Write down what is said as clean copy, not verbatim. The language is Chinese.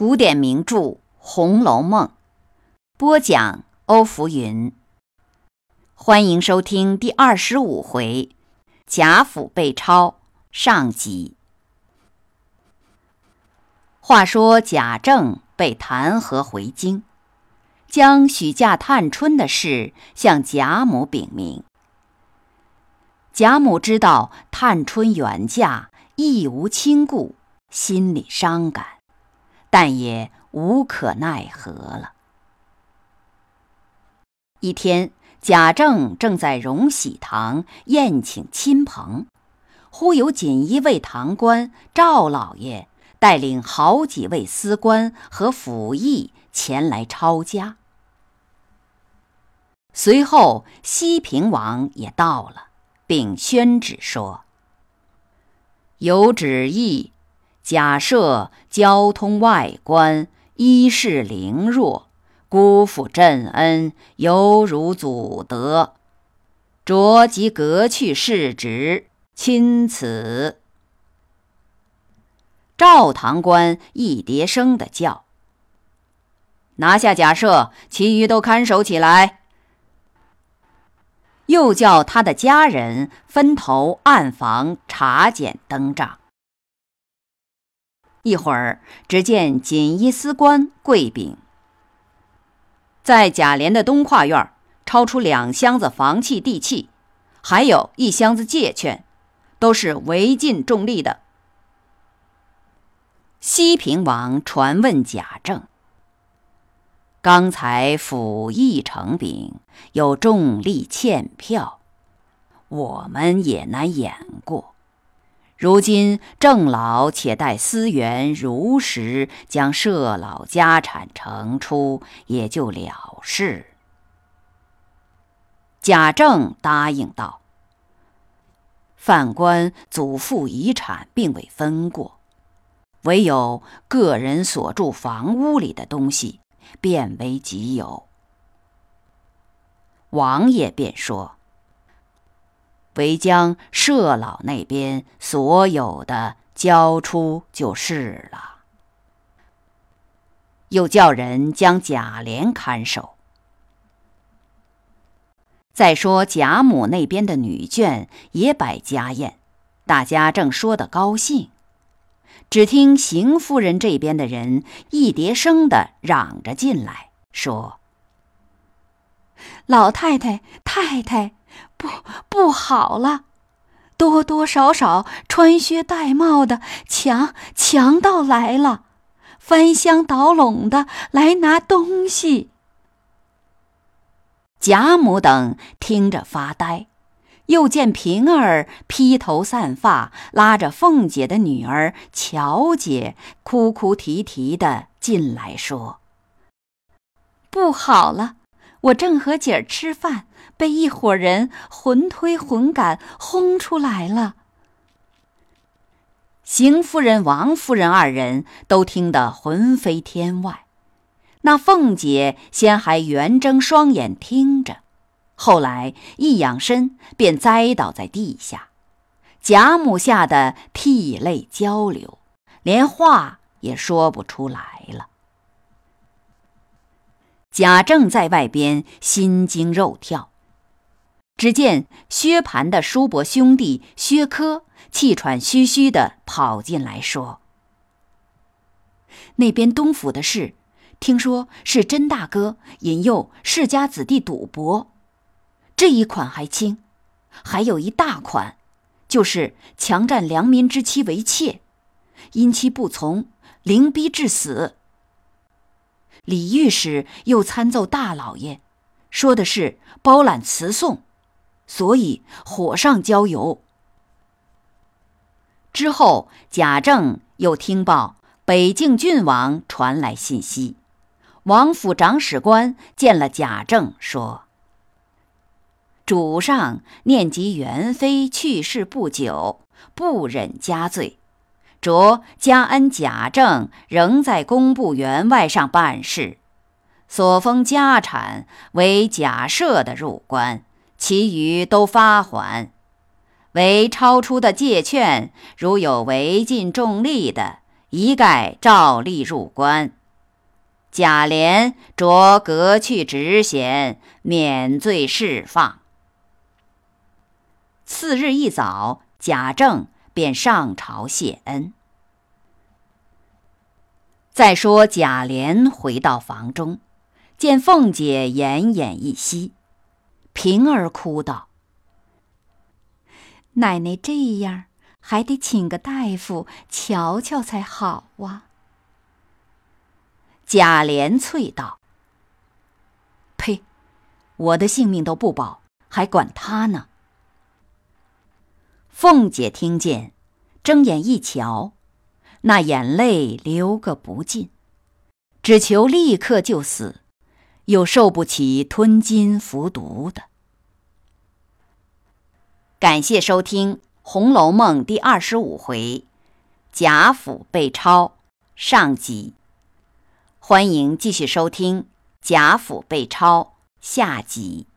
古典名著《红楼梦》，播讲欧福云。欢迎收听第25回贾府被抄上集。话说贾政被弹劾回京，将许嫁探春的事向贾母禀明。贾母知道探春远嫁，亦无亲故，心里伤感，但也无可奈何了。一天，贾政正在荣禧堂宴请亲朋，忽有锦衣卫堂官赵老爷带领好几位司官和府役前来抄家。随后西平王也到了，并宣旨说：有旨意，假设交通外官依势凌弱，辜负朕恩，犹如祖德，着即革去世职，钦此。赵堂官一叠声地叫：拿下假设，其余都看守起来。又叫他的家人分头暗房查检登账。一会儿，只见锦衣司官跪禀，在贾琏的东跨院抄出2箱子房契地契，还有1箱子借券，都是违禁重利的。西平王传问贾政：刚才府议呈禀，有重利欠票，我们也难掩过。如今郑老且待司员如实将社老家产呈出，也就了事。贾政答应道：犯官祖父遗产并未分过，唯有个人所住房屋里的东西便为己有。王爷便说：唯将社老那边所有的交出就是了。又叫人将贾琏看守。再说贾母那边的女眷也摆家宴，大家正说得高兴，只听邢夫人这边的人一叠声地嚷着进来，说：老太太、太太，不好了，多多少少穿靴戴帽的强盗来了，翻箱倒笼的来拿东西。贾母等听着发呆，又见平儿披头散发，拉着凤姐的女儿乔姐哭哭啼啼的进来说：不好了，我正和姐儿吃饭，被一伙人混推混赶轰出来了。邢夫人、王夫人2人都听得魂飞天外。那凤姐先还圆睁双眼听着，后来一仰身便栽倒在地下。贾母吓得涕泪交流，连话也说不出来了。贾政在外边心惊肉跳，只见薛蟠的叔伯兄弟薛科气喘吁吁地跑进来说：那边东府的事，听说是甄大哥引诱世家子弟赌博，这一款还轻，还有一大款，就是强占良民之妻为妾，因其不从，凌逼致死。李御史又参奏大老爷，说的是包揽辞讼，所以火上浇油。之后贾政又听报北境郡王传来信息，王府长史官见了贾政，说：主上念及元妃去世不久，不忍加罪，着加恩贾政仍在工部员外上办事，所封家产为贾赦的入关，其余都发还。唯超出的借券，如有违禁重利的， 一概照例入关。贾琏着革去职衔，免罪释放。次日一早，贾政便上朝谢恩。再说贾琏回到房中，见凤姐奄奄一息，平儿哭道：“奶奶这样，还得请个大夫瞧瞧才好啊。”贾琏啐道：“呸！我的性命都不保，还管他呢。”凤姐听见，睁眼一瞧，那眼泪流个不尽，只求立刻就死，又受不起吞金服毒的。感谢收听《红楼梦》第25回贾府被抄上集，欢迎继续收听贾府被抄下集。